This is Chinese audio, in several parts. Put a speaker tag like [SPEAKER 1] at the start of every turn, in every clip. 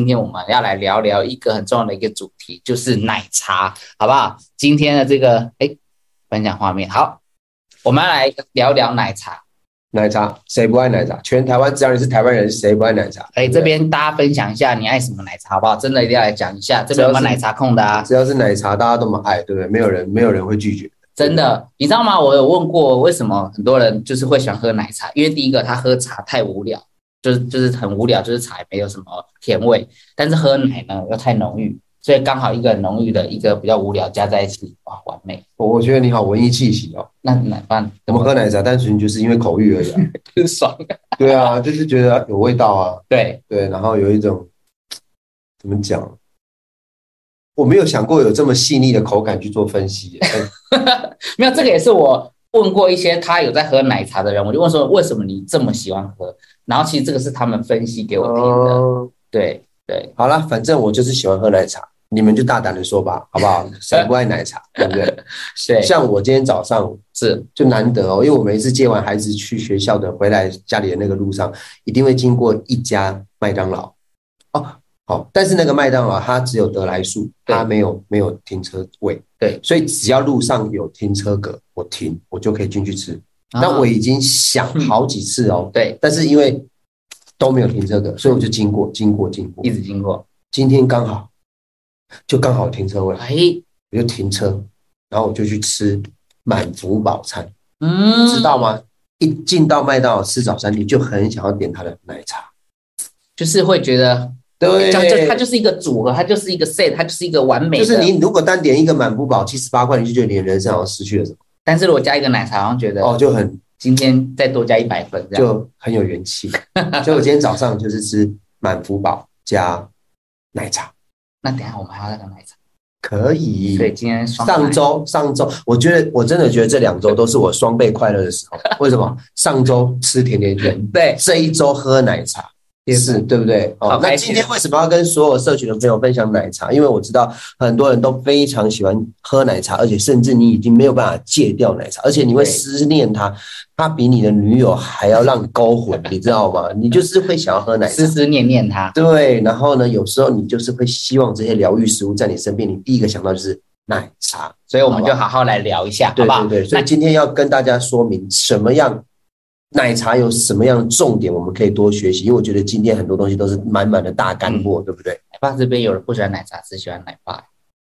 [SPEAKER 1] 今天我们要来聊聊一个很重要的一个主题，就是奶茶，好不好？今天的这个分享画面，好，我们要来聊聊奶茶。
[SPEAKER 2] 奶茶谁不爱奶茶？全台湾只要你是台湾人，谁不爱奶茶？
[SPEAKER 1] 这边大家分享一下你爱什么奶茶，好不好？真的一定要来讲一下，这边有没有奶茶控的啊？
[SPEAKER 2] 只要是奶茶，大家都蛮爱，对不对？没有人会拒绝。
[SPEAKER 1] 真的，你知道吗？我有问过为什么很多人就是会喜欢喝奶茶，因为第一个他喝茶太无聊，就是很无聊，就是茶也没有什么甜味，但是喝奶呢又太浓郁，所以刚好一个浓郁的一个比较无聊加在一起，哇，完美。
[SPEAKER 2] 我觉得你好文艺气息哦。
[SPEAKER 1] 那奶饭
[SPEAKER 2] 我们喝奶茶单纯就是因为口欲而已啊，
[SPEAKER 1] 就是爽。
[SPEAKER 2] 对啊，就是觉得有味道啊。
[SPEAKER 1] 对，
[SPEAKER 2] 然后有一种怎么讲？我没有想过有这么细腻的口感去做分析。
[SPEAKER 1] 没有，这个也是我问过一些他有在喝奶茶的人，我就问说为什么你这么喜欢喝？然后其实这个是他们分析给我听的。对，
[SPEAKER 2] 好了，反正我就是喜欢喝奶茶，你们就大胆的说吧，好不好？谁不爱奶茶，对不对？
[SPEAKER 1] 对，
[SPEAKER 2] 像我今天早上
[SPEAKER 1] 是
[SPEAKER 2] 就难得哦，因为我每一次接完孩子去学校的回来家里的那个路上，一定会经过一家麦当劳哦。好，但是那个麦当劳它只有得来速，它没有停车位，
[SPEAKER 1] 对，
[SPEAKER 2] 所以只要路上有停车格，我就可以进去吃。但我已经想好几次哦，
[SPEAKER 1] 对，
[SPEAKER 2] 但是因为都没有停车格，所以我就经过，
[SPEAKER 1] 一直经过。
[SPEAKER 2] 今天刚好有停车位，我就停车，然后我就去吃满福堡餐，知道吗？一进到麦当劳吃早餐，你就很想要点它的奶茶，
[SPEAKER 1] 就是会觉得。对，它就是一个组合，它就是一个 set， 它就是一个完美的。
[SPEAKER 2] 就是你如果单点一个满福堡78块，你就觉得你的人生好像失去了什么。
[SPEAKER 1] 但是如果加一个奶茶，好像觉得
[SPEAKER 2] 就很
[SPEAKER 1] 今天再多加100分，这样
[SPEAKER 2] 就很有元气。所以我今天早上就是吃满福堡加奶茶。
[SPEAKER 1] 那等一下我们还要那个奶茶，
[SPEAKER 2] 可以。
[SPEAKER 1] 所以今天
[SPEAKER 2] 上周，我真的觉得这2周都是我双倍快乐的时候。为什么？上周吃甜甜圈，
[SPEAKER 1] 对，
[SPEAKER 2] 这一周喝奶茶。是对不对？那今天为什么要跟所有社群的朋友分享奶茶？因为我知道很多人都非常喜欢喝奶茶，而且甚至你已经没有办法戒掉奶茶，而且你会思念它，它比你的女友还要让你勾魂，你知道吗？你就是会想要喝奶茶，
[SPEAKER 1] 思思念念它。
[SPEAKER 2] 对，然后呢，有时候你就是会希望这些疗愈食物在你身边，你第一个想到就是奶茶，
[SPEAKER 1] 所以我们就好好来聊一下，好不好？
[SPEAKER 2] 对，所以今天要跟大家说明什么样。奶茶有什么样的重点我们可以多学习，因为我觉得今天很多东西都是满满的大干货，对不对？
[SPEAKER 1] 奶爸这边有人不喜欢奶茶，只喜欢奶爸。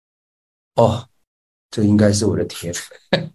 [SPEAKER 2] 这应该是我的铁粉。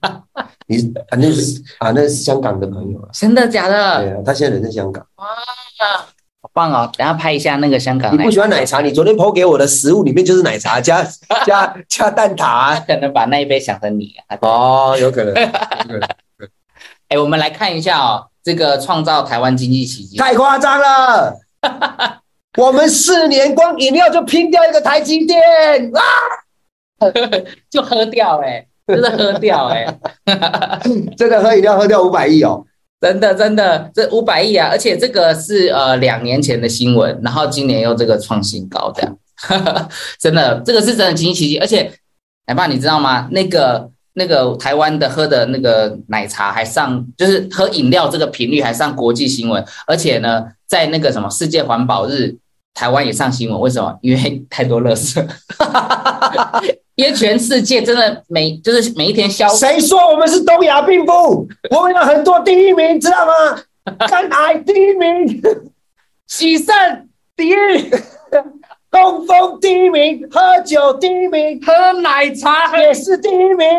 [SPEAKER 2] 那是香港的朋友啊。
[SPEAKER 1] 真的假的？
[SPEAKER 2] 对啊，他现在人在香港。
[SPEAKER 1] 哇，好棒哦！等一下拍一下那个香港。
[SPEAKER 2] 你不喜欢奶茶，你昨天PO给我的食物里面就是奶茶加蛋挞，
[SPEAKER 1] 可能把那一杯想成你
[SPEAKER 2] 有可能。
[SPEAKER 1] 我们来看一下这个创造台湾经济奇迹
[SPEAKER 2] 太夸张了。我们4年光饮料就拼掉一个台积电啊，
[SPEAKER 1] 就喝掉真的喝掉
[SPEAKER 2] 真的喝饮料喝掉500亿哦，
[SPEAKER 1] 真的这500亿啊！而且这个是2年前的新闻，然后今年又这个创新高，这样真的这个是真的经济奇迹。而且奶爸你知道吗？那个台湾的喝的那个奶茶还上，就是喝饮料这个频率还上国际新闻，而且呢，在那个什么世界环保日，台湾也上新闻。为什么？因为太多垃圾，因为全世界真的就是每一天
[SPEAKER 2] 谁说我们是东亚病夫？我们有很多第一名，知道吗？肝癌第一名，
[SPEAKER 1] 洗肾第一名。
[SPEAKER 2] 东风第一名，喝酒第一名，
[SPEAKER 1] 喝奶茶
[SPEAKER 2] 也是第一名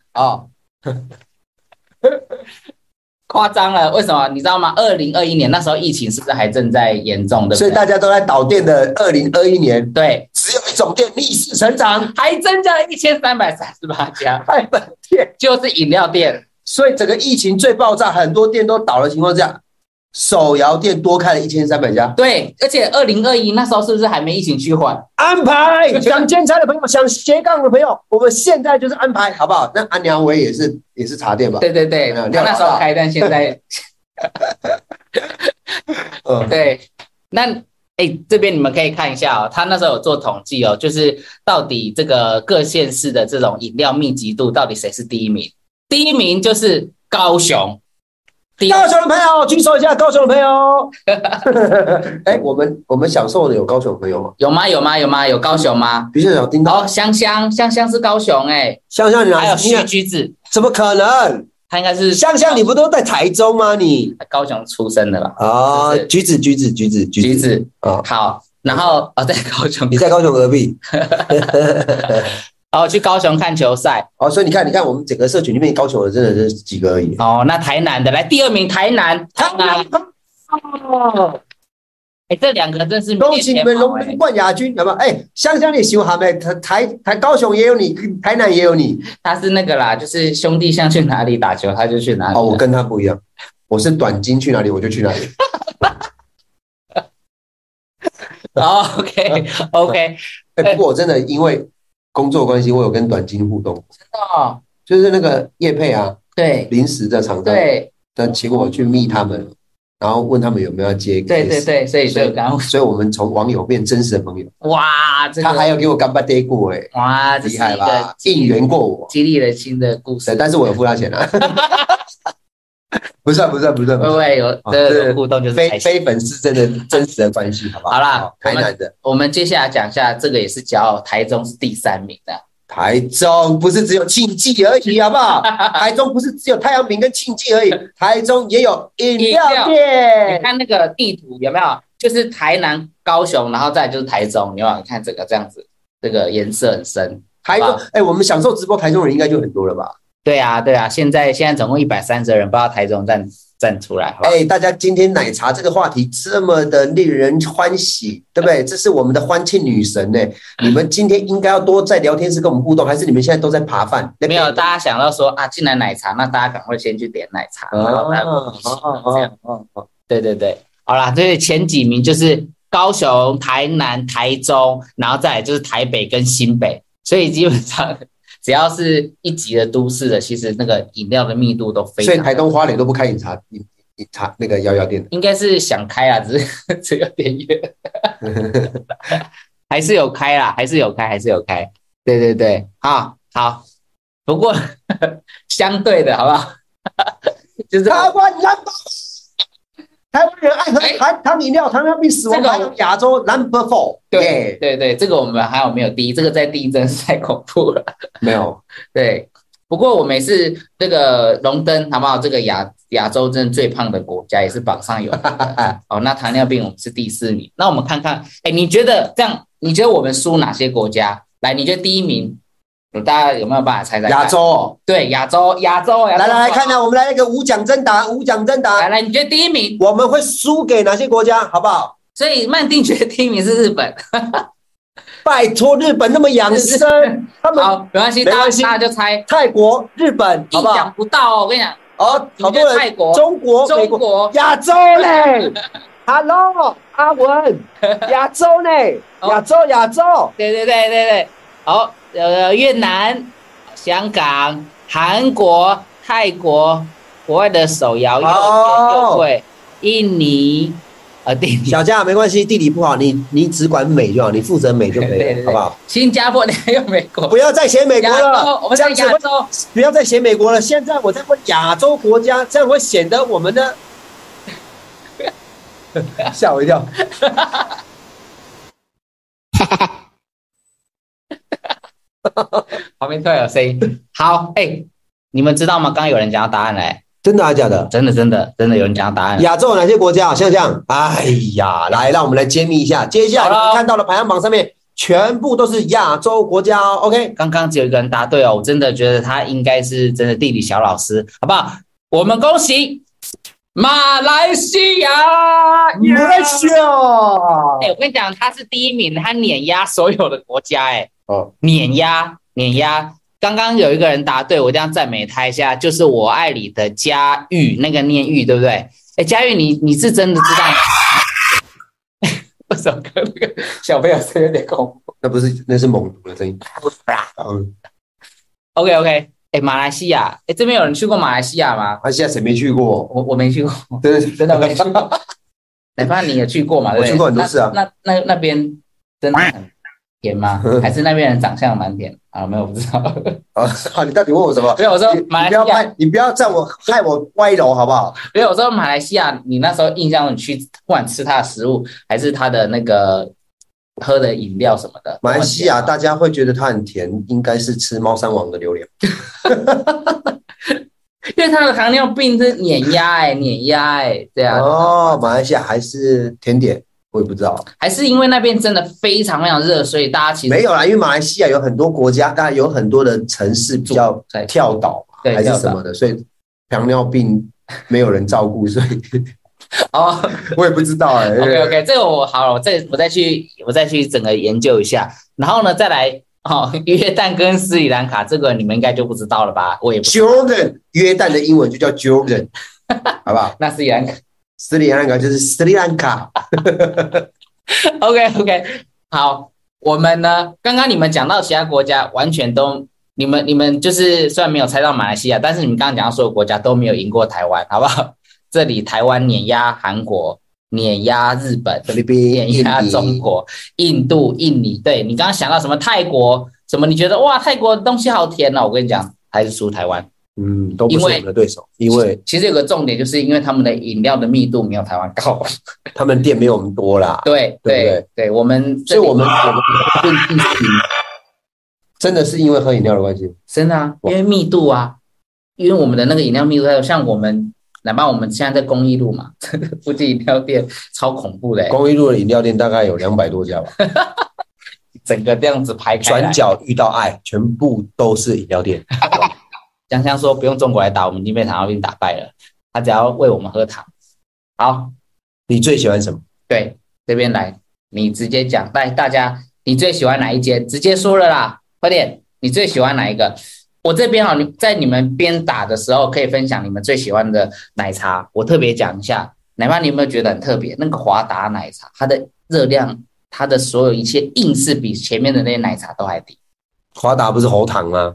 [SPEAKER 1] 夸张了，为什么？你知道吗？2021年那时候疫情是不是还正在严重的？
[SPEAKER 2] 所以大家都在倒店的2021年，
[SPEAKER 1] 对，
[SPEAKER 2] 只有一种店逆势成长，
[SPEAKER 1] 还增加了1338家，
[SPEAKER 2] 日本店
[SPEAKER 1] 就是饮料店。
[SPEAKER 2] 所以整个疫情最爆炸，很多店都倒的情况下，手摇店多开了1300家。
[SPEAKER 1] 对，而且2021那时候是不是还没疫情趋缓？
[SPEAKER 2] 安排想兼差的朋友，想斜杠的朋友，我们现在就是安排，好不好？那安娘维也是茶店吧？
[SPEAKER 1] 对，他那时候开，但现在对，那这边你们可以看一下他那时候有做统计就是到底这个各县市的这种饮料密集度，到底谁是第一名？第一名就是高雄。
[SPEAKER 2] 高雄的朋友举手一下，高雄的朋友。哎，我们享受的有高雄的朋友吗？
[SPEAKER 1] 有吗？有高雄吗？
[SPEAKER 2] 比较少听到。
[SPEAKER 1] 香香是高雄
[SPEAKER 2] 香香你
[SPEAKER 1] 还有徐橘子，
[SPEAKER 2] 怎么可能？
[SPEAKER 1] 他应该是
[SPEAKER 2] 香香，你不都在台中吗？你
[SPEAKER 1] 高雄出生的吧？
[SPEAKER 2] 橘子
[SPEAKER 1] 好，然后在高雄，
[SPEAKER 2] 你在高雄何必？
[SPEAKER 1] 去高雄看球赛
[SPEAKER 2] 所以你看我们整个社群里面高雄的真的是几个而已。
[SPEAKER 1] 那台南的来第2名，台南这2个真是
[SPEAKER 2] 恭喜你们龙灯冠亚军，好不好？香香你喜欢没？台高雄也有你，台南也有你。
[SPEAKER 1] 他是那个啦，就是兄弟象去哪里打球他就去哪里。
[SPEAKER 2] 我跟他不一样，我是短筋去哪里我就去哪里。
[SPEAKER 1] OK。
[SPEAKER 2] 不过我真的因为工作关系，我有跟短筋互动。
[SPEAKER 1] 真的
[SPEAKER 2] 就是那个业配啊，
[SPEAKER 1] 对，
[SPEAKER 2] 临时的厂商，
[SPEAKER 1] 对，
[SPEAKER 2] 但请我去密他们，然后问他们有没有要接。
[SPEAKER 1] 对，所
[SPEAKER 2] 以我们从网友变真实的朋友。
[SPEAKER 1] 哇，
[SPEAKER 2] 他还有给我干巴爹过
[SPEAKER 1] 哇，
[SPEAKER 2] 厉害吧？应援过我，
[SPEAKER 1] 激励人心的故事。
[SPEAKER 2] 但是我有付他钱啊。不算，
[SPEAKER 1] 会有互动就是
[SPEAKER 2] 非粉丝真实的关系，好不好？
[SPEAKER 1] 好啦，
[SPEAKER 2] 台南的，
[SPEAKER 1] 我们接下来讲一下，这个也是骄傲，台中是第3名的。
[SPEAKER 2] 台中不是只有庆记而已，好不好？台中不是只有太阳饼跟庆记而已，台中也有饮料店。
[SPEAKER 1] 你看那个地图有没有？就是台南、高雄，然后再来就是台中，有没有？你看整个这样子，这个颜色很深。
[SPEAKER 2] 台中，我们享受直播，台中人应该就很多了吧？
[SPEAKER 1] 对啊，现在总共130人，不知道台中站出来。
[SPEAKER 2] 大家今天奶茶这个话题这么的令人欢喜，对不对？这是我们的欢庆女神你们今天应该要多在聊天室跟我们互动，还是你们现在都在扒饭？
[SPEAKER 1] 没有，大家想到说进来奶茶，那大家赶快先去点奶茶。对，好啦，所以前几名就是高雄、台南、台中，然后再来就是台北跟新北，所以基本上只要是一级的都市的，其实那个饮料的密度都非常。
[SPEAKER 2] 所以台东花莲都不开饮茶那个摇店，
[SPEAKER 1] 应该是想开啊，只是有点远。还是有开啦，还是有开。对，好。不过相对的，好不好？就是
[SPEAKER 2] 台湾人爱喝含糖饮料，糖尿病死亡排行亚洲 No.4。
[SPEAKER 1] 对，这个我们还有没有第一？这个在第一真是太恐怖了。
[SPEAKER 2] 没有。
[SPEAKER 1] 对，不过我每次这个荣登好不好？这个亚洲真的最胖的国家也是榜上有名的。那糖尿病我们是第4名。那我们看看，你觉得这样？你觉得我们输哪些国家？来，你觉得第1名？大家有没有办法猜？
[SPEAKER 2] 亚洲。
[SPEAKER 1] 对，亚洲。
[SPEAKER 2] 来看看，我们来一个无奖征答。
[SPEAKER 1] 来，你觉得第1名
[SPEAKER 2] 我们会输给哪些国家？好不好？
[SPEAKER 1] 所以曼定觉得第1名是日本。
[SPEAKER 2] 拜托，日本那么养生，他们
[SPEAKER 1] 好，没关系，大家就猜
[SPEAKER 2] 泰国、日本，好不好？
[SPEAKER 1] 意想不到我跟你讲。
[SPEAKER 2] 好多人。
[SPEAKER 1] 泰国、
[SPEAKER 2] 中国、亚洲嘞。Hello， 阿文，亚洲呢？亚洲。
[SPEAKER 1] 对。好，越南、香港、韩国、泰国，国外的手摇又会，印尼。地理
[SPEAKER 2] 小佳没关系，地理不好，你只管美就好，你负责美就可以了，好不好？
[SPEAKER 1] 新加坡，你还有美国，
[SPEAKER 2] 不要再写美国了，
[SPEAKER 1] 我们在亚洲，
[SPEAKER 2] 不要再写美国了。现在我在问亚洲国家，这样会显得我们的吓我一跳。
[SPEAKER 1] 旁边突然有声音。好，你们知道吗？刚刚有人讲到答案嘞。
[SPEAKER 2] 真的还是假的？
[SPEAKER 1] 真的有人讲到答案。
[SPEAKER 2] 亚洲有哪些国家？想想，哎呀，来，让我们来揭秘一下。接下来你们看到的排行榜上面，全部都是亚洲国家哦。OK，
[SPEAKER 1] 刚刚只有一个人答对哦，我真的觉得他应该是真的地理小老师，好不好？我们恭喜马来西亚！我跟你讲，他是第1名，他碾压所有的国家，碾压。刚刚有一个人答对，我一定要赞美他一下，就是我爱你的佳玉，那个念玉对不对？佳玉，你是真的知道吗？为什么跟那个小朋友声有点恐怖？
[SPEAKER 2] 那是猛毒的声音。
[SPEAKER 1] OK， 马来西亚，这边有人去过马来西亚吗？
[SPEAKER 2] 马来西亚谁没去过？
[SPEAKER 1] 我没去过，真的没去过。哪怕你有去过嘛？
[SPEAKER 2] 我去过很多次啊。
[SPEAKER 1] 那边真的很甜吗？还是那边人长相蛮甜啊？没有，不知道。
[SPEAKER 2] 好，你到底问我什么？
[SPEAKER 1] 没有，我说马来西亚，
[SPEAKER 2] 你不要害我歪楼好不好？
[SPEAKER 1] 没有，我说马来西亚，你那时候印象中你去不管吃它的食物，还是它的那个喝的饮料什么的，
[SPEAKER 2] 马来西亚大家会觉得它很甜，应该是吃猫山王的榴莲。
[SPEAKER 1] 因为它的糖尿病是碾压对啊。
[SPEAKER 2] 哦，马来西亚还是甜点，我也不知道，
[SPEAKER 1] 还是因为那边真的非常非常热，所以大家其实
[SPEAKER 2] 没有啦。因为马来西亚有很多国家，当然有很多的城市比较跳岛嘛，还是什么的，所以糖尿病没有人照顾，所以
[SPEAKER 1] 哦，
[SPEAKER 2] 我也不知道
[SPEAKER 1] OK， 这个我好了，我再去整个研究一下，然后呢再来。约旦跟斯里兰卡这个你们应该就不知道了吧？我也不知道。
[SPEAKER 2] Jordan， 约旦的英文就叫 Jordan， 好不好？
[SPEAKER 1] 那斯里兰卡，
[SPEAKER 2] 斯里兰卡就是斯里兰卡。
[SPEAKER 1] OK， 好，我们呢，刚刚你们讲到其他国家，完全都你们就是虽然没有猜到马来西亚，但是你们刚刚讲到所有国家都没有赢过台湾，好不好？这里台湾碾压韩国。碾压日本，碾压中国，印度、印尼，对，你刚刚想到什么泰国，什么你觉得哇泰国的东西好甜哦，我跟你讲还是输台湾，
[SPEAKER 2] 都不是我们的对手，因为
[SPEAKER 1] 其实有个重点就是因为他们的饮料的密度没有台湾高，
[SPEAKER 2] 他们店没有我们多啦，
[SPEAKER 1] 对，我们
[SPEAKER 2] 所以我们变第10，真的是因为喝饮料的关系，
[SPEAKER 1] 真的啊，因为密度啊，因为我们的那个饮料密度，还有像我们。哪怕我们现在在公益路嘛，附近饮料店超恐怖的。
[SPEAKER 2] 公益路的饮料店大概有200多家吧，
[SPEAKER 1] 整个这样子排开来，
[SPEAKER 2] 转角遇到爱，全部都是饮料店。
[SPEAKER 1] 香香说不用中国来打，我们已经被糖尿病打败了，他只要喂我们喝糖。好，
[SPEAKER 2] 你最喜欢什么？
[SPEAKER 1] 对，这边来，你直接讲，来大家，你最喜欢哪一间？直接说了啦，快点，你最喜欢哪一个？我这边在你们边打的时候，可以分享你们最喜欢的奶茶。我特别讲一下，哪怕你有没有觉得很特别，那个华达奶茶，它的热量，它的所有一切，硬是比前面的那些奶茶都还低。
[SPEAKER 2] 华达不是喉糖吗？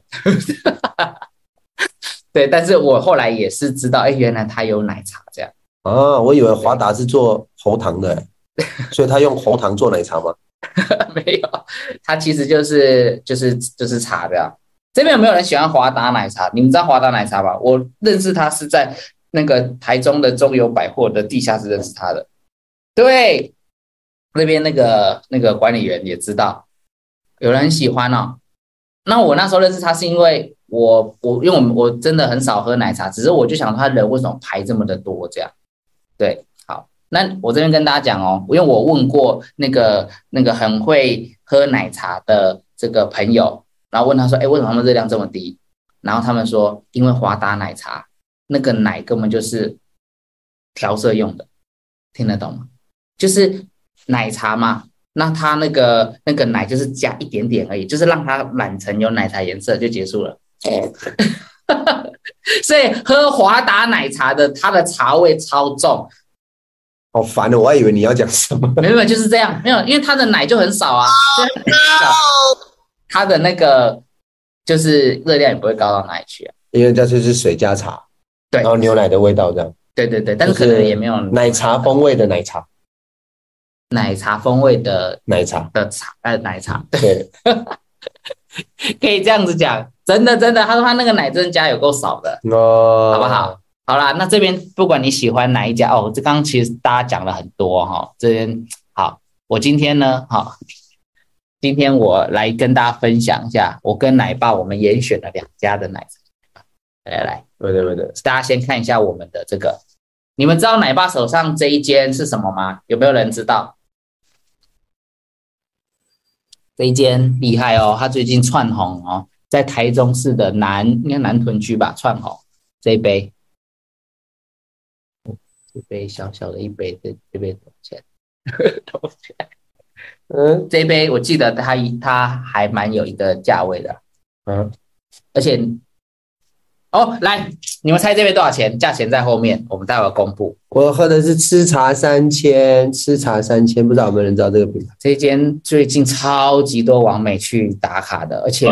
[SPEAKER 1] 对，但是我后来也是知道，原来它有奶茶这样。
[SPEAKER 2] 啊，我以为华达是做喉糖的，所以他用喉糖做奶茶吗？
[SPEAKER 1] 没有，它其实就是茶的。这边有没有人喜欢华达奶茶？你们知道华达奶茶吧？我认识他是在那个台中的中友百货的地下室认识他的。对，那边那个管理员也知道，有人很喜欢哦。那我那时候认识他是因为因为我真的很少喝奶茶，只是我就想说他人为什么排这么的多这样。对，好，那我这边跟大家讲哦，因为我问过那个很会喝奶茶的这个朋友。然后问他说：“为什么他们热量这么低？”然后他们说：“因为华达奶茶那个奶根本就是调色用的，听得懂吗？就是奶茶嘛，那它那个奶就是加一点点而已，就是让它染成有奶茶颜色就结束了。所以喝华达奶茶的，它的茶味超重。”
[SPEAKER 2] 好烦的，我还以为你要讲什么。
[SPEAKER 1] 没有，就是这样，没有，因为它的奶就很少啊。它的那个就是热量也不会高到哪里去啊，
[SPEAKER 2] 因为这就是水加茶，
[SPEAKER 1] 对，
[SPEAKER 2] 然后牛奶的味道这样，
[SPEAKER 1] 对，但是可能也没有
[SPEAKER 2] 奶茶风味的奶茶，
[SPEAKER 1] 奶茶风味的
[SPEAKER 2] 奶茶
[SPEAKER 1] 的奶茶，
[SPEAKER 2] 对，
[SPEAKER 1] 可以这样子讲，真的，他说他那个奶真的加有够少的，好不好？好啦，那这边不管你喜欢哪一家哦，这刚刚其实大家讲了很多哈，这边好，我今天呢，好。今天我来跟大家分享一下，我跟奶爸我们严选了2家的奶茶。来，对，大家先看一下我们的这个，你们知道奶爸手上这一间是什么吗？有没有人知道？这一间厉害哦，它最近窜红哦，在台中市的应该南屯区吧，窜红这一杯，这杯小小的一杯，这杯多少钱？多少钱？这一杯我记得它还蛮有一个价位的，而且来，你们猜这杯多少钱？价钱在后面，我们待会公布。
[SPEAKER 2] 我喝的是吃茶3000，不知道有没有人知道这个品牌？
[SPEAKER 1] 这间最近超级多网美去打卡的，而且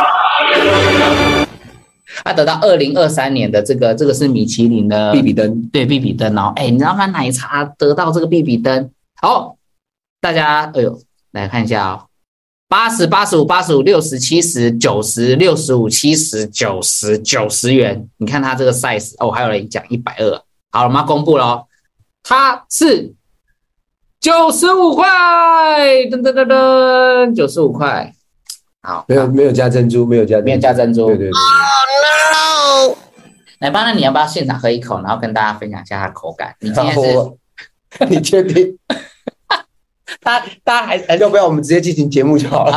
[SPEAKER 1] 他得到2023年的这个是米其林的
[SPEAKER 2] 必比登，
[SPEAKER 1] 对，必比登哦。你知道吗？奶茶得到这个必比登，好。大家，来看一下哦， 80、85、85、60、70、90、65、70、90、90元。你看它这个 size 哦，还有人讲120。好了，我们要公布了，它是95块，噔噔噔噔，95块。好，
[SPEAKER 2] 没有加珍珠，没有加珍珠。对。
[SPEAKER 1] Oh no！ 来吧，那你要不要现场喝一口，然后跟大家分享一下它的口感？你今天是，
[SPEAKER 2] 你确定？
[SPEAKER 1] 大家还
[SPEAKER 2] 要不要我们直接进行节目就好了？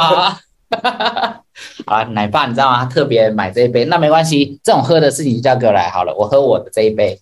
[SPEAKER 1] 好，奶爸，你知道吗？他特别买这一杯，那没关系，这种喝的事情就交给我来好了，我喝我的这一杯。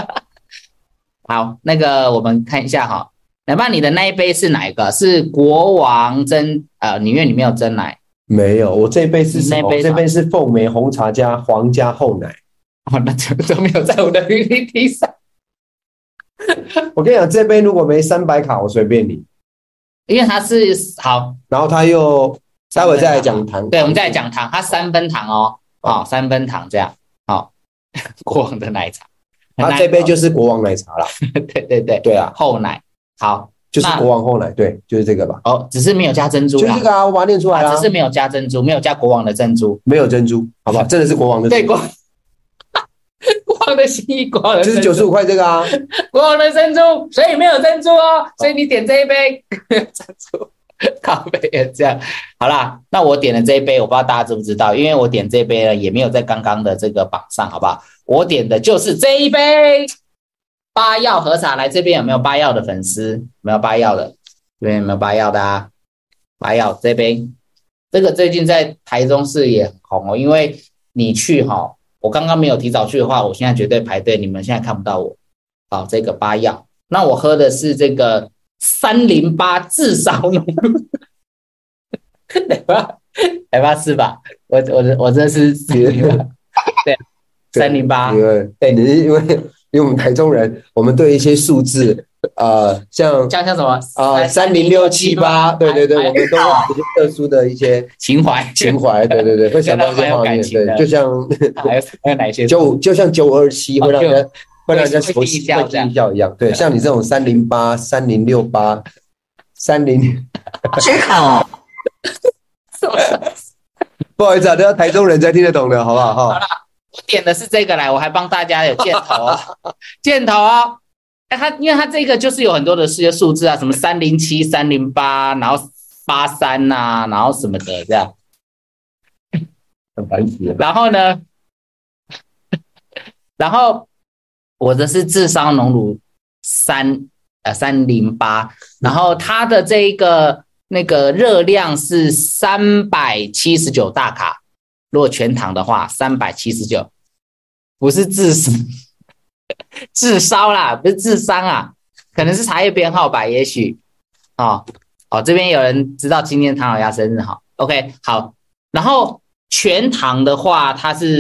[SPEAKER 1] 好，那个我们看一下哈，奶爸，你的那一杯是哪一个？是国王因为里面有真奶。
[SPEAKER 2] 没有，我这一杯是什么？这杯是凤梅红茶加皇家厚奶。
[SPEAKER 1] 哦，那就都没有在我的 PPT 上。
[SPEAKER 2] 我跟你讲，这杯如果没300卡，我随便你。
[SPEAKER 1] 因为它是好，
[SPEAKER 2] 然后它又待会再来讲糖。
[SPEAKER 1] 对，我们再来讲糖，它3分糖哦，好，3分糖这样，好，国王的奶茶。
[SPEAKER 2] 它这杯就是国王奶茶啦。对啊，
[SPEAKER 1] 厚奶，好，
[SPEAKER 2] 就是国王厚奶，对，就是这个吧。
[SPEAKER 1] 哦，只是没有加珍珠啦。
[SPEAKER 2] 就是这个啊，我把它念出来啦。
[SPEAKER 1] 只是没有加珍珠，没有加国王的珍珠，
[SPEAKER 2] 没有珍珠，好不好？真的是国王的珍珠。
[SPEAKER 1] 对，国王的心意，国王的珍珠
[SPEAKER 2] 就是95块这个啊，
[SPEAKER 1] 国王的珍珠，所以没有珍珠哦，所以你点这一杯珍珠咖啡也这样。好啦，那我点的这一杯，我不知道大家知不知道，因为我点这一杯呢，也没有在刚刚的这个榜上，好不好？我点的就是这一杯八药和茶。来，这边有没有八药的粉丝？没有八药的，这边有没有八药的啊？八药这杯，这个最近在台中市也很红哦，因为你去哈。我刚刚没有提早去的话，我现在绝对排队，你们现在看不到我。好，这个八药，那我喝的是这个308炙烧浓露，来吧是吧？我这是对308，
[SPEAKER 2] 对，你是因为我们台中人，我们对一些数字像
[SPEAKER 1] 什么
[SPEAKER 2] 30678，对，我们都有一些特殊的一些
[SPEAKER 1] 情怀，
[SPEAKER 2] 对，会想到一些画面，对，就像
[SPEAKER 1] 还有哪些
[SPEAKER 2] 就像927会让人家熟悉会惊笑一样，对，像你这种308、3068、30，
[SPEAKER 1] 学好，
[SPEAKER 2] 不好意思啊，都要台中人才听得懂的，好不好？
[SPEAKER 1] 好啦，我点的是这个来，我还帮大家有箭头哦。因为它这个就是有很多的数字啊，什么307、308，然后83啊，然后什么的这样，
[SPEAKER 2] 很烦死了。
[SPEAKER 1] 然后我的是炙烧浓乳308，然后它的这一个那个热量是379大卡，如果全糖的话379，不是炙烧啦，不是炙伤啊，可能是茶叶编号吧，也许这边有人知道今天唐老鸭生日好 ，OK 好，然后全糖的话它是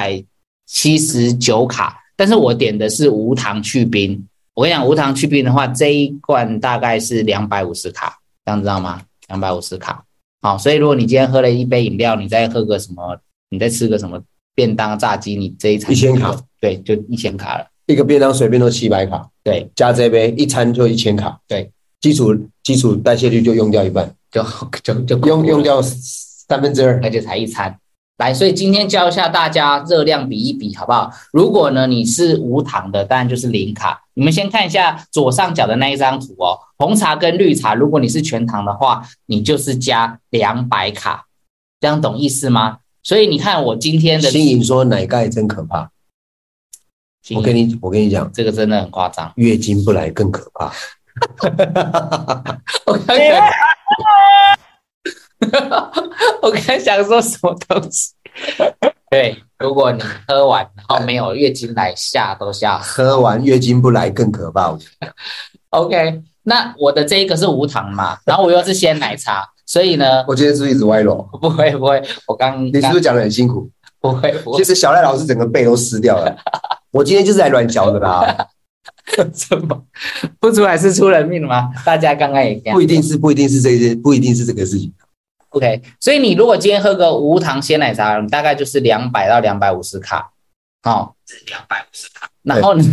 [SPEAKER 1] 379卡，但是我点的是无糖去冰，我跟你讲无糖去冰的话，这一罐大概是250卡，这样知道吗？250卡，好，所以如果你今天喝了一杯饮料，你再喝个什么，你再吃个什么便当炸鸡，你这一餐
[SPEAKER 2] 1000卡，
[SPEAKER 1] 对，就1000卡了。
[SPEAKER 2] 一个便当随便都700卡，
[SPEAKER 1] 对，
[SPEAKER 2] 加这杯一餐就1000卡，
[SPEAKER 1] 对，
[SPEAKER 2] 基础代谢率就用掉一半，
[SPEAKER 1] 就
[SPEAKER 2] 用掉2/3，
[SPEAKER 1] 而且才一餐。来，所以今天教一下大家热量比一比，好不好？如果呢你是无糖的，当然就是0卡。你们先看一下左上角的那一张图哦，红茶跟绿茶，如果你是全糖的话，你就是加200卡，这样懂意思吗？所以你看我今天的
[SPEAKER 2] 新颖说奶盖真可怕。我跟你讲，
[SPEAKER 1] 这个真的很夸张，
[SPEAKER 2] 月经不来更可怕。
[SPEAKER 1] 我刚想说什么东西？对，如果你喝完然后没有月经来，吓都吓。
[SPEAKER 2] 喝完月经不来更可怕。
[SPEAKER 1] OK， 那我的这一个是无糖嘛，然后我又是鲜奶茶，所以呢，
[SPEAKER 2] 我今天是不是一直歪楼？
[SPEAKER 1] 不会，你
[SPEAKER 2] 是不是讲得很辛苦？
[SPEAKER 1] 不会，
[SPEAKER 2] 其实小赖老师整个背都湿掉了。我今天就是来乱教的啦。
[SPEAKER 1] 什么不出来是出人命吗？大家刚刚也这样，
[SPEAKER 2] 不一定是这个事情。
[SPEAKER 1] OK， 所以你如果今天喝个无糖鲜奶茶，你大概就是200到250卡，是250卡。然后呢，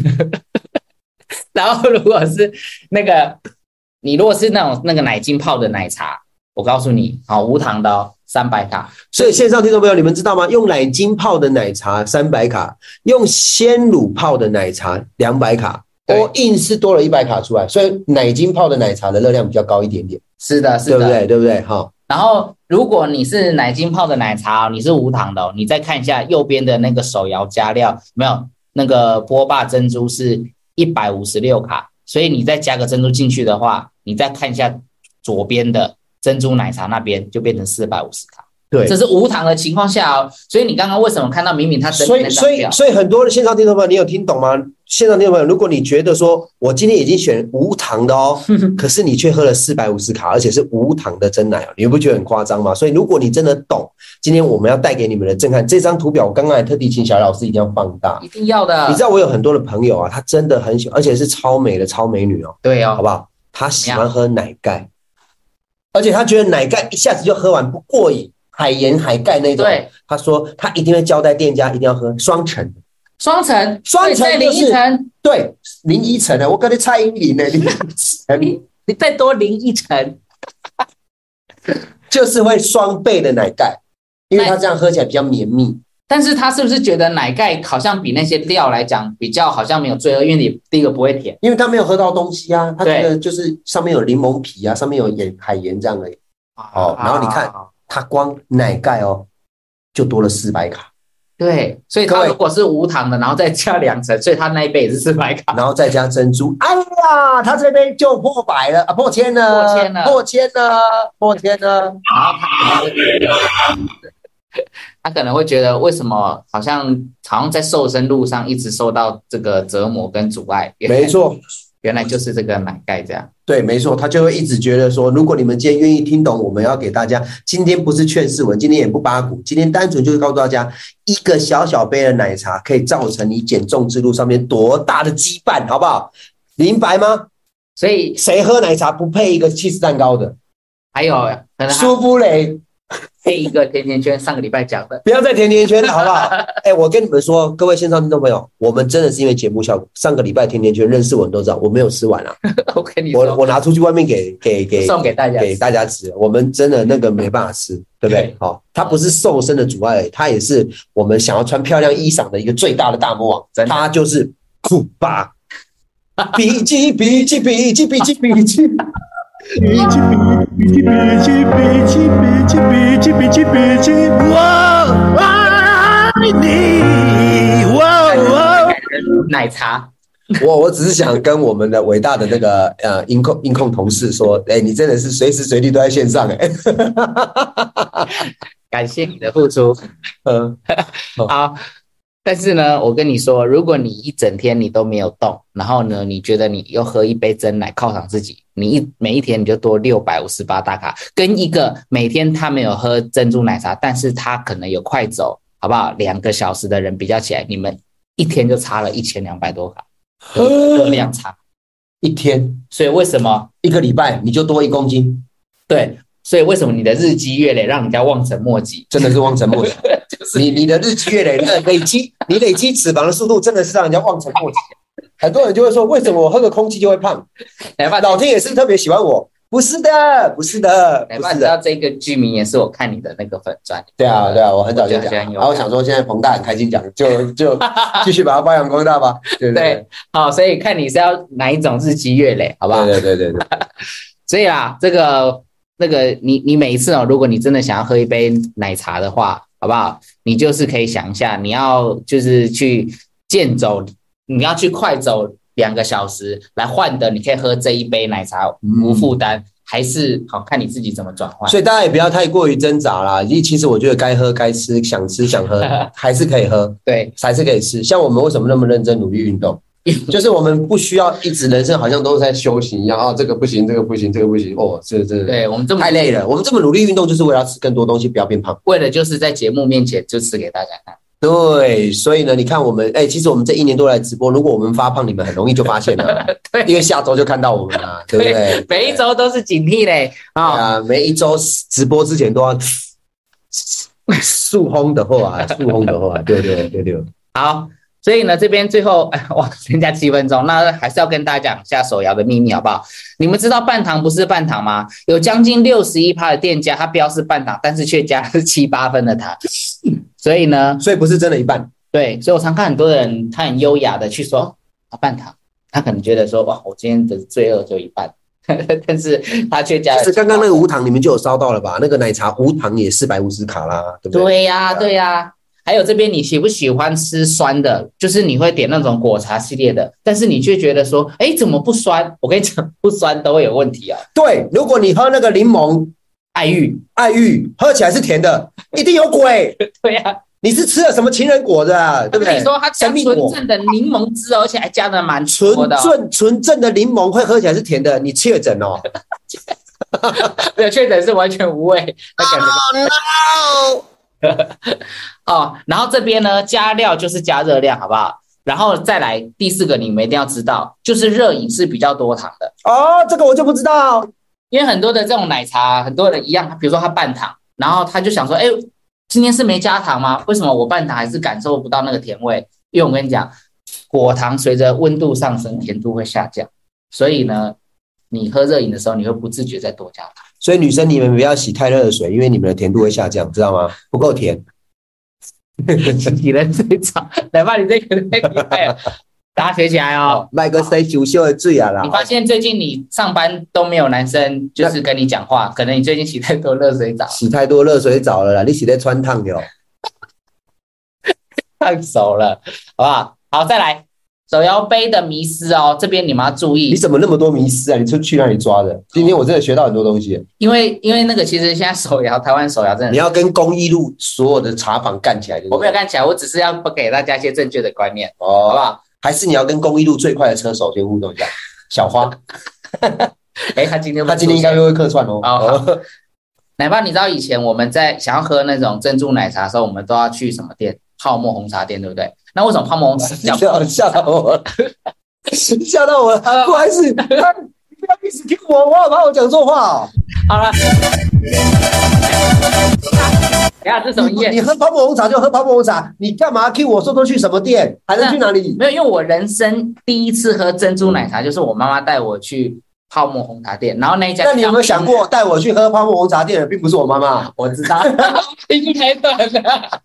[SPEAKER 1] 然后如果是那个你如果是那个奶精泡的奶茶， 我告诉你，无糖的300卡。
[SPEAKER 2] 所以线上听众朋友，你们知道吗？用奶精泡的奶茶300卡，用鲜乳泡的奶茶200卡，硬是多了100卡出来。所以奶精泡的奶茶的热量比较高一点点。
[SPEAKER 1] 是的，是的，
[SPEAKER 2] 对不对？对不对？好。
[SPEAKER 1] 然后，如果你是奶精泡的奶茶，你是无糖的你再看一下右边的那个手摇加料，没有那个波霸珍珠是156卡，所以你再加个珍珠进去的话，你再看一下左边的珍珠奶茶那边就变成450卡。对，这是无糖的情况下所以你刚刚为什么看到明明它整体那张表？
[SPEAKER 2] 所以很多的线上听众朋友，你有听懂吗？线上听众朋友，如果你觉得说我今天已经选无糖的可是你却喝了450卡，而且是无糖的真奶你不觉得很夸张吗？所以如果你真的懂，今天我们要带给你们的震撼，这张图表我刚刚还特地请小老师一定要放大，
[SPEAKER 1] 一定要的。
[SPEAKER 2] 你知道我有很多的朋友他真的很喜欢，而且是超美的超美女
[SPEAKER 1] 对
[SPEAKER 2] 好不好？他喜欢喝奶盖，而且他觉得奶盖一下子就喝完不过瘾。海盐海钙那种，对，他说他一定会交代店家一定要喝双层，
[SPEAKER 1] 双层
[SPEAKER 2] 就是
[SPEAKER 1] 01层，
[SPEAKER 2] 对，01层的，我跟你蔡依林的01层，
[SPEAKER 1] 你再多01层，
[SPEAKER 2] 就是会双倍的奶盖，因为它这样喝起来比较绵密。
[SPEAKER 1] 但是他是不是觉得奶盖好像比那些料来讲比较好像没有罪恶？因为你第一个不会甜，
[SPEAKER 2] 因为他没有喝到东西他这个就是上面有柠檬皮上面有海盐这样而已。然后你看。它光奶盖就多了400卡，
[SPEAKER 1] 对，所以它如果是无糖的，然后再加2层，所以它那一杯也是400卡，
[SPEAKER 2] 然后再加珍珠，哎呀，它这杯就破100了破千了，破千了，然后
[SPEAKER 1] 他可能会觉得为什么好像在瘦身路上一直受到这个折磨跟阻碍，
[SPEAKER 2] 没错。
[SPEAKER 1] 原来就是这个奶盖这样，
[SPEAKER 2] 对，没错，他就会一直觉得说，如果你们今天愿意听懂我们要给大家，今天不是劝世文，今天也不八股，今天单纯就是告诉大家，一个小小杯的奶茶可以造成你减重之路上面多大的羁绊，好不好？明白吗？
[SPEAKER 1] 所以
[SPEAKER 2] 谁喝奶茶不配一个cheese蛋糕的？
[SPEAKER 1] 还有可能
[SPEAKER 2] 舒芙蕾。
[SPEAKER 1] 配一个甜甜圈，上个礼拜讲的，
[SPEAKER 2] 不要再甜甜圈了，好不好？我跟你们说，各位线上听众朋友，我们真的是因为节目效果，上个礼拜甜甜圈认识我都知道，我没有吃完
[SPEAKER 1] 我跟你说，
[SPEAKER 2] 我拿出去外面
[SPEAKER 1] 送给
[SPEAKER 2] 大家吃，我们真的那个没办法吃，对不对？它不是瘦身的阻碍，它也是我们想要穿漂亮衣裳的一个最大的大魔王，它就是酷巴，比基。我爱你，
[SPEAKER 1] 奶茶。
[SPEAKER 2] 我只是想跟我们的伟大的那个音控同事说，你真的是随时随地都在线上
[SPEAKER 1] 感谢你的付出。好。但是呢，我跟你说，如果你一整天你都没有动，然后呢，你觉得你又喝一杯真奶犒赏自己，每一天你就多658大卡，跟一个每天他没有喝珍珠奶茶，但是他可能有快走，好不好？2个小时的人比较起来，你们一天就差了1200多卡，热量差
[SPEAKER 2] 一天。
[SPEAKER 1] 所以为什么
[SPEAKER 2] 一个礼拜你就多1公斤？
[SPEAKER 1] 对。所以为什么你的日积月累让人家望尘莫及？
[SPEAKER 2] 真的是望尘莫及。就是你的日积月累累积脂肪的速度真的是让人家望尘莫及。很多人就会说，为什么我喝个空气就会胖？老天也是特别喜欢我。不是的。
[SPEAKER 1] 你知道这个剧名也是我看你的那个粉专。
[SPEAKER 2] 对啊，我很早就讲。然后我想说，现在彭大很开心讲，就继续把它发扬光大吧。对，
[SPEAKER 1] 好，所以看你是要哪一种日积月累，好不好？
[SPEAKER 2] 对。
[SPEAKER 1] 所以那个你每一次如果你真的想要喝一杯奶茶的话，好不好？你就是可以想一下，你要就是去健走，你要去快走2个小时来换的，你可以喝这一杯奶茶无负担，还是好看你自己怎么转换。
[SPEAKER 2] 所以大家也不要太过于挣扎啦。其实我觉得该喝该吃，想吃想喝还是可以喝，对，还是可以吃。像我们为什么那么认真努力运动？就是我们不需要一直人生好像都是在修行一样这个不行，这个不行，这个不行这
[SPEAKER 1] 对我们这么
[SPEAKER 2] 太累了。我们这么努力运动，就是为了要吃更多东西，不要变胖，
[SPEAKER 1] 为了就是在节目面前就吃给大家看。
[SPEAKER 2] 对，所以呢，你看我们其实我们这1年多来直播，如果我们发胖，你们很容易就发现了，对，因为下周就看到我们了，对不对？
[SPEAKER 1] 每一周都是警惕嘞
[SPEAKER 2] 每一周直播之前都要速烘的话，对。
[SPEAKER 1] 好。 所以呢，这边最后哇，剩下7分钟，那还是要跟大家讲一下手摇的秘密，好不好？你们知道半糖不是半糖吗？有将近61%的店家，它标示半糖，但是却加的是7-8分的糖。所以呢，
[SPEAKER 2] 所以不是真的一半。
[SPEAKER 1] 对，所以我常看很多人，他很优雅的去说半糖，他可能觉得说哇，我今天的罪恶就一半。但是他却加了。
[SPEAKER 2] 就是刚刚那个无糖，你们就有烧到了吧？那个奶茶无糖也450卡啦，对不对？
[SPEAKER 1] 对呀，对呀。还有这边你喜不喜欢吃酸的？就是你会点那种果茶系列的，但是你却觉得说，怎么不酸？我跟你讲，不酸都会有问题啊。
[SPEAKER 2] 对，如果你喝那个柠檬
[SPEAKER 1] 爱玉，
[SPEAKER 2] 喝起来是甜的，一定有鬼。
[SPEAKER 1] 对呀。
[SPEAKER 2] 你是吃了什么情人果的啊？对不对？
[SPEAKER 1] 你说它加纯正的柠檬汁，而且还加的蛮多的。
[SPEAKER 2] 纯正的柠檬会喝起来是甜的，你确诊哦？
[SPEAKER 1] 没有确诊是完全无味，那感觉。哦，然后这边呢，加料就是加热量，好不好？然后再来第4个，你们一定要知道，就是热饮是比较多糖的。
[SPEAKER 2] 哦，这个我就不知道，
[SPEAKER 1] 因为很多的这种奶茶，很多人一样，比如说他半糖，然后他就想说，今天是没加糖吗？为什么我半糖还是感受不到那个甜味？因为我跟你讲，果糖随着温度上升，甜度会下降，所以呢，你喝热饮的时候，你会不自觉再多加糖。
[SPEAKER 2] 所以女生你们不要洗太热的水，因为你们的甜度会下降，知道吗？不够甜。
[SPEAKER 1] 你人最早，哪怕你这个太厉害了，大家学起来哦。
[SPEAKER 2] 卖个谁酒秀的醉啊啦！
[SPEAKER 1] 你发现最近你上班都没有男生就是跟你讲话，可能你最近洗太多热水澡，
[SPEAKER 2] 洗太多热水澡了啦，你洗在穿烫的哦，
[SPEAKER 1] 烫熟了，好不好？好，再来手摇杯的迷思哦，这边你们要注意。
[SPEAKER 2] 你怎么那么多迷思啊？你去哪里抓的？今天我真的学到很多东西。因
[SPEAKER 1] 为那个其实现在台湾手摇真的，
[SPEAKER 2] 你要跟公益路所有的茶坊干起来。
[SPEAKER 1] 我没有干起来，我只是要给大家一些正确的观念，
[SPEAKER 2] 好
[SPEAKER 1] 不好？
[SPEAKER 2] 还是你要跟公益路最快的车手先互动一下，小花。
[SPEAKER 1] 他今天
[SPEAKER 2] 应该会客串哦。
[SPEAKER 1] 奶爸，你知道以前我们在想要喝那种珍珠奶茶的时候，我们都要去什么店？泡沫红茶店，对不对？那为什么泡沫红茶
[SPEAKER 2] 吓到我了？吓到我了！不好意思，你不要一直听我，我好怕我讲错话哦。
[SPEAKER 1] 好了，等一下这什么音乐？
[SPEAKER 2] 你喝泡沫红茶就喝泡沫红茶，你干嘛 cue 我说都去什么店，还能去哪里？
[SPEAKER 1] 没有，因为我人生第一次喝珍珠奶茶，就是我妈妈带我去泡沫红茶店，然后那一家。
[SPEAKER 2] 那你有没有想过，带我去喝泡沫红茶店的并不是我妈妈？
[SPEAKER 1] 我知道，已经太短了。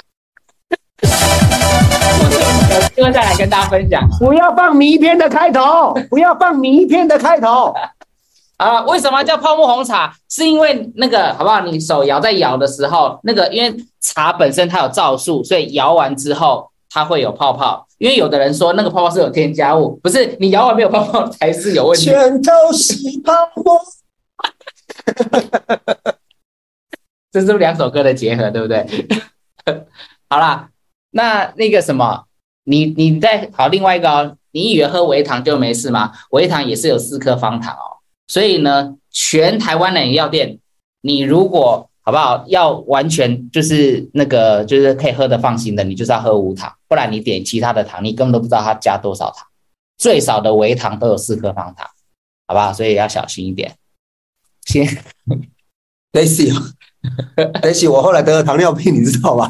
[SPEAKER 1] 因为再来跟大家分享，
[SPEAKER 2] 不要放迷片的开头，不要放迷片的开头。
[SPEAKER 1] 为什么叫泡沫红茶？是因为那个好不好？你手摇在摇的时候，那个因为茶本身它有皂素，所以摇完之后它会有泡泡。因为有的人说那个泡泡是有添加物，不是你摇完没有泡泡才是有问题。
[SPEAKER 2] 全都是泡沫。
[SPEAKER 1] 这是2首歌的结合，对不对？好啦，那个什么，你再好另外一个哦，你以为喝微糖就没事吗？微糖也是有4克方糖哦。所以呢，全台湾的饮料店，你如果好不好要完全就是那个就是可以喝的放心的，你就是要喝无糖，不然你点其他的糖，你根本都不知道它加多少糖。最少的微糖都有4克方糖，好不好？所以要小心一点。先
[SPEAKER 2] ，Daisy，我后来得了糖尿病，你知道吧？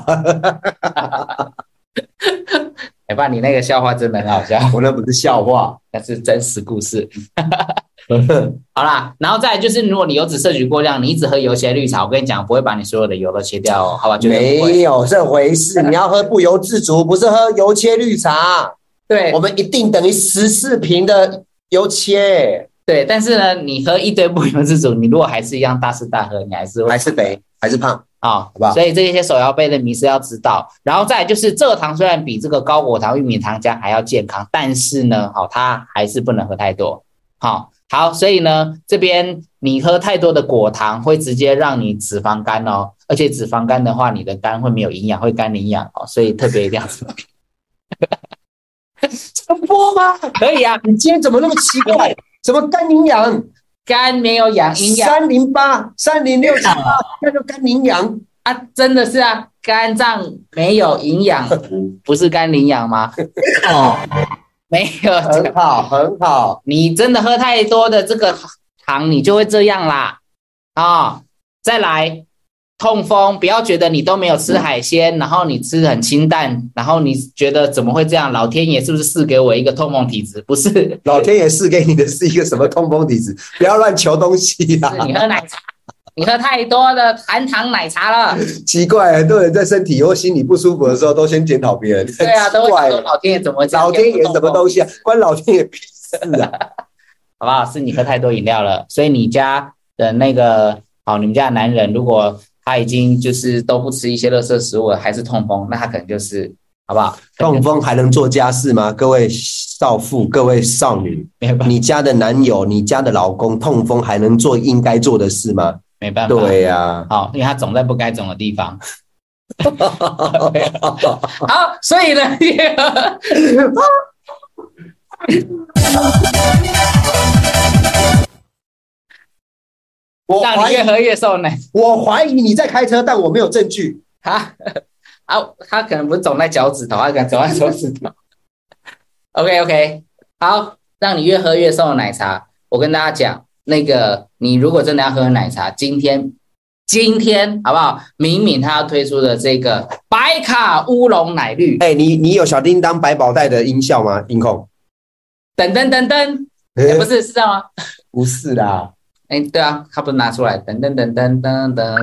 [SPEAKER 1] 爸，你那个笑话真的很好笑。
[SPEAKER 2] 我那不是笑话，
[SPEAKER 1] 那是真实故事。好啦，然后再来就是，如果你油脂摄取过量，你一直喝油切绿茶，我跟你讲，不会把你所有的油都切掉哦，好吧？
[SPEAKER 2] 没有这回事，你要喝不油自足，不是喝油切绿茶。
[SPEAKER 1] 对，
[SPEAKER 2] 我们一定等于14瓶的油切。
[SPEAKER 1] 对，但是呢，你喝一堆不油自足，你如果还是一样大吃大喝，你还是
[SPEAKER 2] 肥，还是胖
[SPEAKER 1] 好
[SPEAKER 2] 不好？
[SPEAKER 1] 所以这些手摇杯的迷思要知道。然后再来就是蔗糖虽然比这个高果糖玉米糖浆还要健康，但是呢，它还是不能喝太多。好，所以呢，这边你喝太多的果糖会直接让你脂肪肝哦，而且脂肪肝的话，你的肝会没有营养，会肝营养哦，所以特别一定要注意。
[SPEAKER 2] 这能播吗？
[SPEAKER 1] 可以啊，
[SPEAKER 2] 你今天怎么那么奇怪？什么肝营养？
[SPEAKER 1] 肝没有养营养
[SPEAKER 2] 308、306、那就肝营养
[SPEAKER 1] 啊，真的是啊，肝脏没有营养，不是肝营养吗？没有，
[SPEAKER 2] 很好。
[SPEAKER 1] 你真的喝太多的这个糖，你就会这样啦。再来， 痛风，不要觉得你都没有吃海鲜，然后你吃得很清淡，然后你觉得怎么会这样？老天爷是不是赐给我一个痛风体质？不是，
[SPEAKER 2] 老天爷赐给你的是一个什么痛风体质？不要乱求东西啦！
[SPEAKER 1] 是你喝奶茶，你喝太多的含糖奶茶了。
[SPEAKER 2] 奇怪，很多人在身体或心理不舒服的时候，都先检讨别人。
[SPEAKER 1] 对啊，都会说老天爷怎么会这样？
[SPEAKER 2] 老天爷什么东西啊？关老天爷屁事啊！
[SPEAKER 1] 好不好？是你喝太多饮料了，所以你家的那个你们家的男人如果他已经就是都不吃一些垃圾食物了，还是痛风，那他可能就是好不好？
[SPEAKER 2] 痛风还能做家事吗？各位少妇，各位少女，你家的男友、你家的老公痛风还能做应该做的事吗？
[SPEAKER 1] 没办法，
[SPEAKER 2] 对呀，
[SPEAKER 1] 好，因为他肿在不该肿的地方。好，所以呢，让你越喝越瘦呢。
[SPEAKER 2] 我怀疑你在开车，但我没有证据。
[SPEAKER 1] 他可能不是肿在脚趾头，他可能肿在手指头。OK， 好，让你越喝越瘦的奶茶。我跟大家讲，那个你如果真的要喝奶茶，今天好不好？敏敏他要推出的这个白卡乌龙奶绿。
[SPEAKER 2] 你有小叮当百宝袋的音效吗？音控？
[SPEAKER 1] 噔噔噔噔，不是这样吗？
[SPEAKER 2] 不是啦。
[SPEAKER 1] 对啊，他不是拿出来，噔噔噔噔噔噔噔，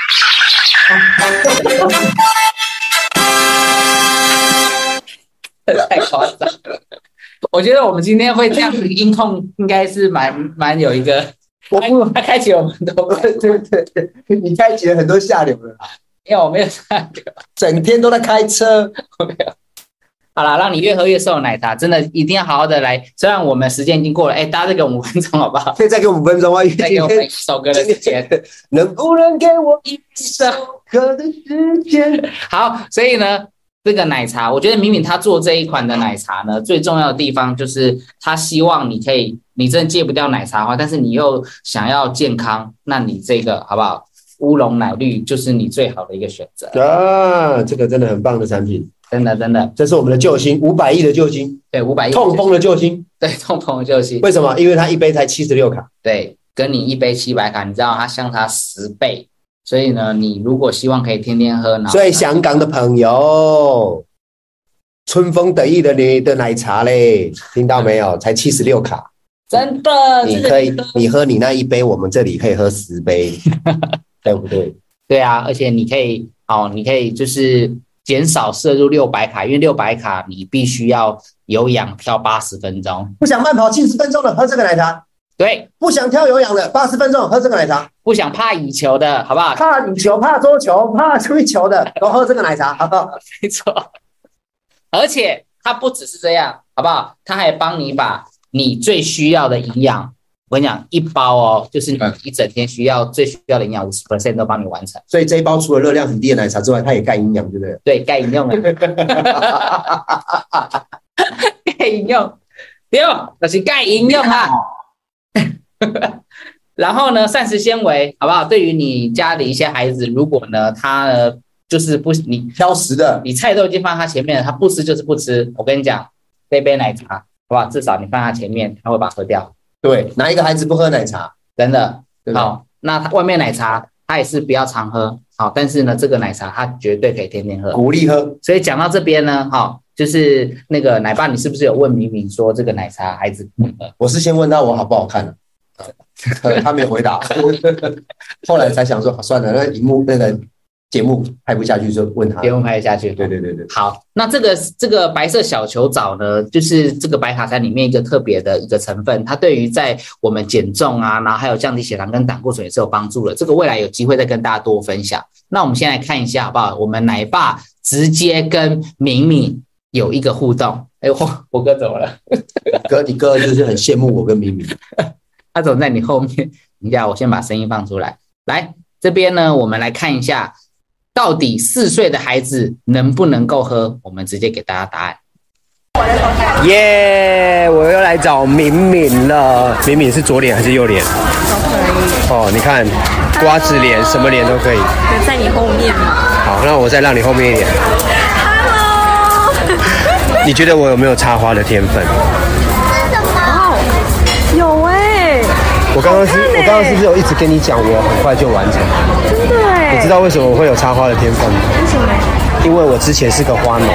[SPEAKER 1] 太夸张了。我觉得我们今天会这样子音控，应该是蛮有一个，他开启我们都
[SPEAKER 2] 对，你开启了很多下流了，
[SPEAKER 1] 因为我没有下流，
[SPEAKER 2] 整天都在开车，
[SPEAKER 1] 我没有。好啦，让你越喝越瘦的奶茶，真的一定要好好的来。虽然我们时间已经过了，大家再给我们5分钟好不好？
[SPEAKER 2] 可以再给我们5分钟吗？
[SPEAKER 1] 再给我们一首歌的时间，
[SPEAKER 2] 能不能给我一首歌的时间？
[SPEAKER 1] 好，所以呢，这个奶茶，我觉得敏敏他做这一款的奶茶呢，最重要的地方就是他希望你可以，你真的戒不掉奶茶的话，但是你又想要健康，那你这个好不好？乌龙奶绿就是你最好的一个选择
[SPEAKER 2] 啊！这个真的很棒的产品。
[SPEAKER 1] 真的，
[SPEAKER 2] 这是我们的救星，500亿的救星，
[SPEAKER 1] 对，500亿
[SPEAKER 2] 痛风的救星，
[SPEAKER 1] 对，痛风的救星。
[SPEAKER 2] 为什么？因为它一杯才76卡，
[SPEAKER 1] 对，跟你一杯700卡，你知道它相差10倍，所以呢，你如果希望可以天天喝，
[SPEAKER 2] 所以香港的朋友，春风得意的你的奶茶嘞，听到没有？才76卡，
[SPEAKER 1] 真的，
[SPEAKER 2] 你可以，你喝你那一杯，我们这里可以喝10杯，对不对？
[SPEAKER 1] 对啊，而且你可以，你可以就是减少摄入600卡，因为600卡你必须要有氧跳80分钟。
[SPEAKER 2] 不想慢跑70分钟的喝这个奶茶。
[SPEAKER 1] 对，
[SPEAKER 2] 不想跳有氧的80分钟喝这个奶茶。
[SPEAKER 1] 不想怕羽球的好不好？
[SPEAKER 2] 怕羽球、怕桌球、怕追球的都喝这个奶茶，好不好？
[SPEAKER 1] 没错。而且它不只是这样，好不好？它还帮你把你最需要的营养，我跟你讲，一包就是你一整天最需要的营养50% 都帮你完成。
[SPEAKER 2] 所以这一包除了热量很低的奶茶之外，它也钙营养，对不对？
[SPEAKER 1] 对，钙营养的。钙营养，对，就是钙营养啊。然后呢，膳食纤维，好不好？对于你家的一些孩子，如果呢他就是不你
[SPEAKER 2] 挑食的，
[SPEAKER 1] 你菜都已经放他前面了，他不吃就是不吃。我跟你讲，这杯奶茶，好不好？至少你放他前面，他会把它喝掉。
[SPEAKER 2] 对，哪一个孩子不喝奶茶？
[SPEAKER 1] 真的，好，那他外面奶茶他也是不要常喝，好，但是呢，这个奶茶他绝对可以天天喝，
[SPEAKER 2] 鼓励喝。
[SPEAKER 1] 所以讲到这边呢，好，就是那个奶爸，你是不是有问明明说这个奶茶孩子不喝？
[SPEAKER 2] 我是先问他我好不好看他没有回答，后来才想说算了，那荧幕那个节目拍不下去，就问他。
[SPEAKER 1] 节目拍下去，
[SPEAKER 2] 对。
[SPEAKER 1] 好，那这个白色小球藻呢，就是这个白卡餐里面一个特别的一个成分，它对于在我们减重啊，然后还有降低血糖跟胆固醇也是有帮助的。这个未来有机会再跟大家多分享。那我们先来看一下好不好？我们奶爸直接跟敏敏有一个互动。我哥怎么了？
[SPEAKER 2] 你哥就是很羡慕我跟敏敏。
[SPEAKER 1] 他怎么在你后面？等一下，我先把声音放出来。来，这边呢，我们来看一下，到底4岁的孩子能不能够喝？我们直接给大家答案。
[SPEAKER 2] 耶！我又来找敏敏了。敏敏是左脸还是右脸？
[SPEAKER 3] 都可以。
[SPEAKER 2] 哦，你看，瓜子脸，什么脸都可以。
[SPEAKER 3] 在你后面吗？
[SPEAKER 2] 好，那我再让你后面一点。
[SPEAKER 3] Hello。
[SPEAKER 2] 你觉得我有没有插花的天分？
[SPEAKER 3] 哦，有
[SPEAKER 2] 我刚刚是不是有一直跟你讲，我很快就完成？
[SPEAKER 3] 真的哎。
[SPEAKER 2] 你知道为什么我会有插花的天分吗？
[SPEAKER 3] 为什么？
[SPEAKER 2] 因为我之前是个花农。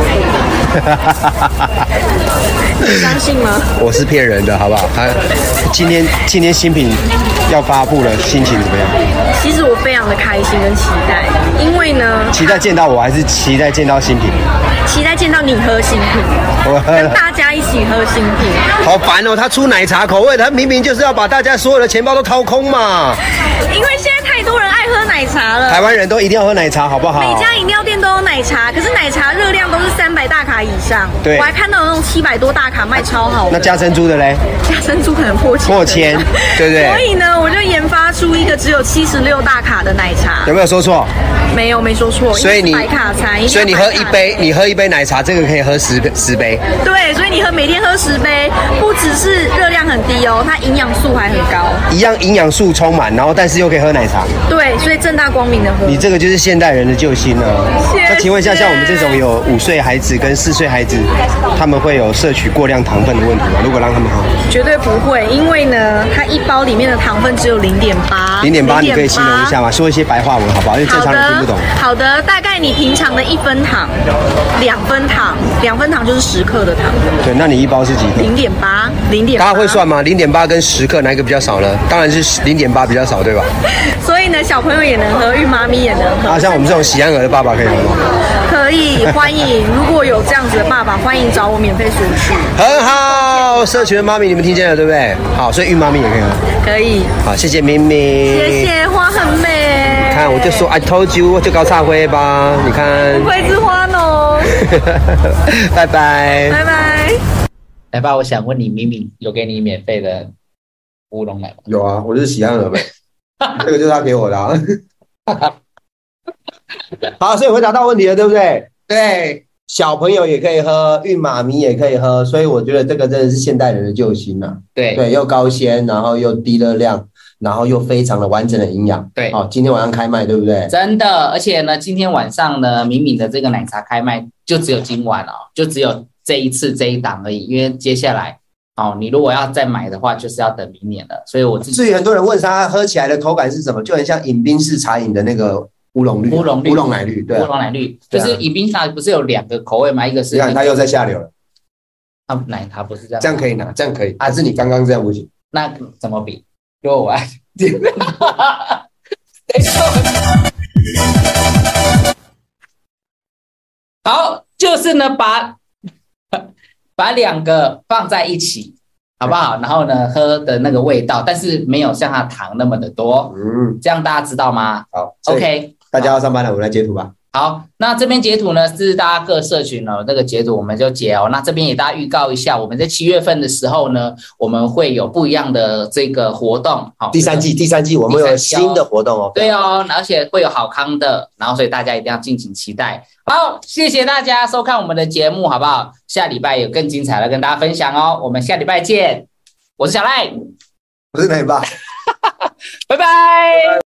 [SPEAKER 3] 你相信吗？
[SPEAKER 2] 我是骗人的，好不好？今天新品要发布了，心情怎么样？
[SPEAKER 3] 其实我非常的开心跟期待，因为呢，
[SPEAKER 2] 期待见到我还是期待见到新品？
[SPEAKER 3] 期待见到你喝新品，跟大家一起喝新品。
[SPEAKER 2] 好烦哦！他出奶茶口味，他明明就是要把大家所有的钱包都掏空嘛。
[SPEAKER 3] 因为现在太多人爱喝奶茶了，
[SPEAKER 2] 台湾人都一定要喝奶茶，好不好？
[SPEAKER 3] 每家饮料店都有奶茶，可是奶茶热量都是300大卡以上。
[SPEAKER 2] 对，
[SPEAKER 3] 我还看到有那种700多大卡卖超好的。
[SPEAKER 2] 那加珍珠的嘞？
[SPEAKER 3] 加珍珠可能破千，
[SPEAKER 2] 对不对？
[SPEAKER 3] 所以呢，我就研发出一个只有76大卡的奶茶。
[SPEAKER 2] 有没有说错？
[SPEAKER 3] 没说错。
[SPEAKER 2] 所以你
[SPEAKER 3] 白卡餐，
[SPEAKER 2] 所以你喝一杯奶茶，这个可以喝10杯。
[SPEAKER 3] 对，所以你每天喝10杯，不只是热量很低哦，它营养素还很高。
[SPEAKER 2] 一样营养素充满，然后但是又可以喝奶茶。
[SPEAKER 3] 对，所以正大光明的喝。
[SPEAKER 2] 你这个就是现代人的救星了。那请问一下，像我们这种有5岁孩子跟4岁孩子，他们会有摄取过量糖分的问题吗？如果让他们喝，
[SPEAKER 3] 绝对不会，因为呢，它一包里面的糖分只有0.8。
[SPEAKER 2] 0.8，你可以形容一下吗？说一些白话文好不好？因为正常人听不懂。
[SPEAKER 3] 好的，大概你平常的1分糖、2分糖，2分糖就是10克的糖。
[SPEAKER 2] 对，那你一包是几克
[SPEAKER 3] ？0.8。
[SPEAKER 2] 大家会算吗？0.8跟10克哪一个比较少呢？当然是0.8比较少，对吧？
[SPEAKER 3] 所以呢，小朋友也能喝，孕妈咪也能喝。
[SPEAKER 2] 像我们这种喜憨儿的爸爸可以喝吗？
[SPEAKER 3] 可以，欢迎。如果有这样子的爸爸，欢迎找我免费索取。
[SPEAKER 2] 很好，社群的妈咪，你们听见了对不对？好，所以孕妈咪也可以喝。
[SPEAKER 3] 可以。
[SPEAKER 2] 好，谢谢明明。
[SPEAKER 3] 谢谢，花很美。
[SPEAKER 2] 看，我就说 I told you， 我就搞茶会吧。你看。
[SPEAKER 3] 不愧是花农。
[SPEAKER 2] 拜拜。
[SPEAKER 3] 拜拜。
[SPEAKER 1] 来吧，我想问你，明明有给你免费的乌龙奶吗？
[SPEAKER 2] 有啊，我就是喜憨儿呗。这个就是他给我的啊。好，所以回答到问题了，对不对？
[SPEAKER 1] 对，
[SPEAKER 2] 小朋友也可以喝，孕妈咪也可以喝，所以我觉得这个真的是现代人的救星啊。对，又高纤，然后又低热量，然后又非常的完整的营养。
[SPEAKER 1] 对，
[SPEAKER 2] 好，今天晚上开卖，对不对？
[SPEAKER 1] 真的，而且呢，今天晚上呢，敏敏的这个奶茶开卖就只有今晚哦，就只有这一次这一档而已，因为接下来哦，你如果要再买的话，就是要等明年了。所以我自己
[SPEAKER 2] 至于很多人问他喝起来的口感是什么，就很像饮冰式茶饮的那个乌龙绿、乌龙奶绿，对、啊，
[SPEAKER 1] 乌龙奶绿就是饮冰茶不是有2个口味吗？一个是、
[SPEAKER 2] 你看他又在下流了。
[SPEAKER 1] 啊，奶茶不是这样，
[SPEAKER 2] 这样可以拿，这样可以，还是你刚刚这样不行？
[SPEAKER 1] 那怎么比？因为我爱好，就是呢，把2个放在一起，好不好？然后呢，喝的那个味道，但是没有像它糖那么的多，这样大家知道吗？
[SPEAKER 2] 好
[SPEAKER 1] ，OK，
[SPEAKER 2] 大家要上班了，我们来截图吧。
[SPEAKER 1] 好，那这边截图呢是大家各社群哦，那个截图我们就截哦。那这边也大家预告一下，我们在7月份的时候呢，我们会有不一样的这个活动。好，第三季我们有新的活动哦。对哦，而且会有好康的，然后所以大家一定要敬请期待。好，谢谢大家收看我们的节目，好不好？下礼拜有更精彩的跟大家分享哦。我们下礼拜见，我是小赖，
[SPEAKER 2] 我是奶爸，
[SPEAKER 1] 拜拜。